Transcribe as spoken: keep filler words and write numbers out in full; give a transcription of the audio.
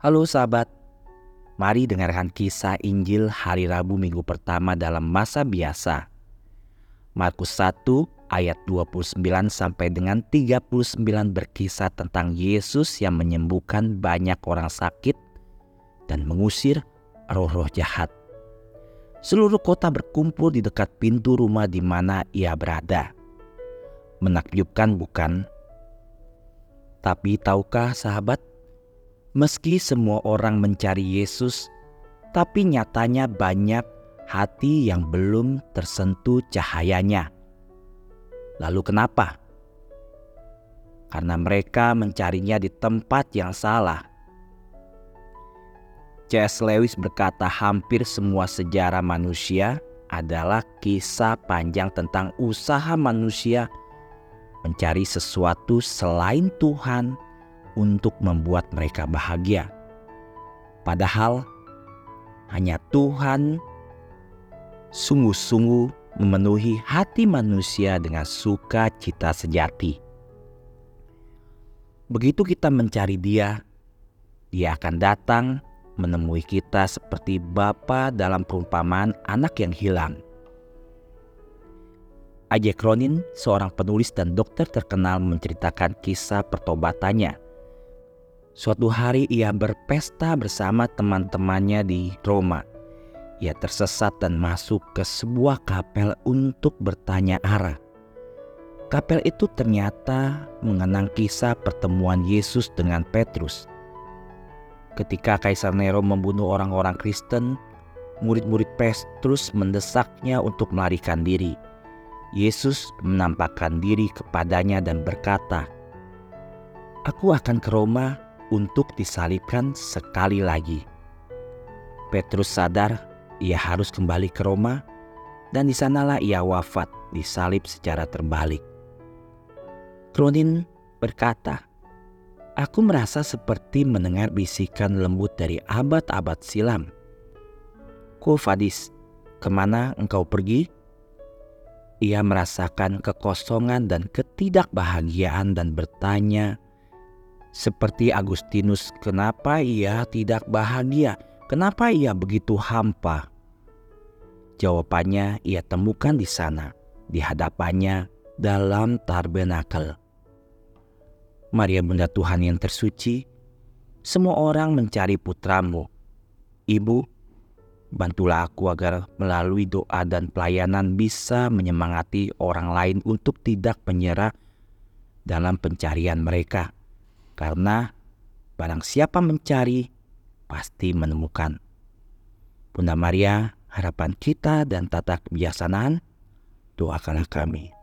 Halo sahabat, mari dengarkan kisah Injil hari Rabu minggu pertama dalam masa biasa. Markus satu ayat dua puluh sembilan sampai dengan tiga puluh sembilan berkisah tentang Yesus yang menyembuhkan banyak orang sakit dan mengusir roh-roh jahat. Seluruh kota berkumpul di dekat pintu rumah di mana ia berada. Menakjubkan bukan? Tapi tahukah sahabat, meski semua orang mencari Yesus, tapi nyatanya banyak hati yang belum tersentuh cahayanya. Lalu kenapa? Karena mereka mencarinya di tempat yang salah. C S Lewis berkata hampir semua sejarah manusia adalah kisah panjang tentang usaha manusia mencari sesuatu selain Tuhan untuk membuat mereka bahagia. Padahal hanya Tuhan sungguh-sungguh memenuhi hati manusia dengan sukacita sejati. Begitu kita mencari Dia, Dia akan datang menemui kita seperti Bapa dalam perumpamaan anak yang hilang. A J Cronin, seorang penulis dan dokter terkenal, menceritakan kisah pertobatannya. Suatu hari ia berpesta bersama teman-temannya di Roma. Ia tersesat dan masuk ke sebuah kapel untuk bertanya arah. Kapel itu ternyata mengenang kisah pertemuan Yesus dengan Petrus. Ketika Kaisar Nero membunuh orang-orang Kristen, murid-murid Petrus mendesaknya untuk melarikan diri. Yesus menampakkan diri kepadanya dan berkata, "Aku akan ke Roma untuk disalibkan sekali lagi." Petrus sadar ia harus kembali ke Roma, dan di sanalah ia wafat, disalib secara terbalik. Cronin berkata, "Aku merasa seperti mendengar bisikan lembut dari abad-abad silam. Quo vadis, kemana engkau pergi?" Ia merasakan kekosongan dan ketidakbahagiaan dan bertanya, seperti Agustinus, kenapa ia tidak bahagia? Kenapa ia begitu hampa? Jawabannya ia temukan di sana, di hadapannya dalam tabernakel. Maria Bunda Tuhan yang tersuci, semua orang mencari putramu. Ibu, bantulah aku agar melalui doa dan pelayanan bisa menyemangati orang lain untuk tidak menyerah dalam pencarian mereka. Karena barang siapa mencari, pasti menemukan. Bunda Maria, harapan kita dan tata kebijaksanaan, doakanlah kami.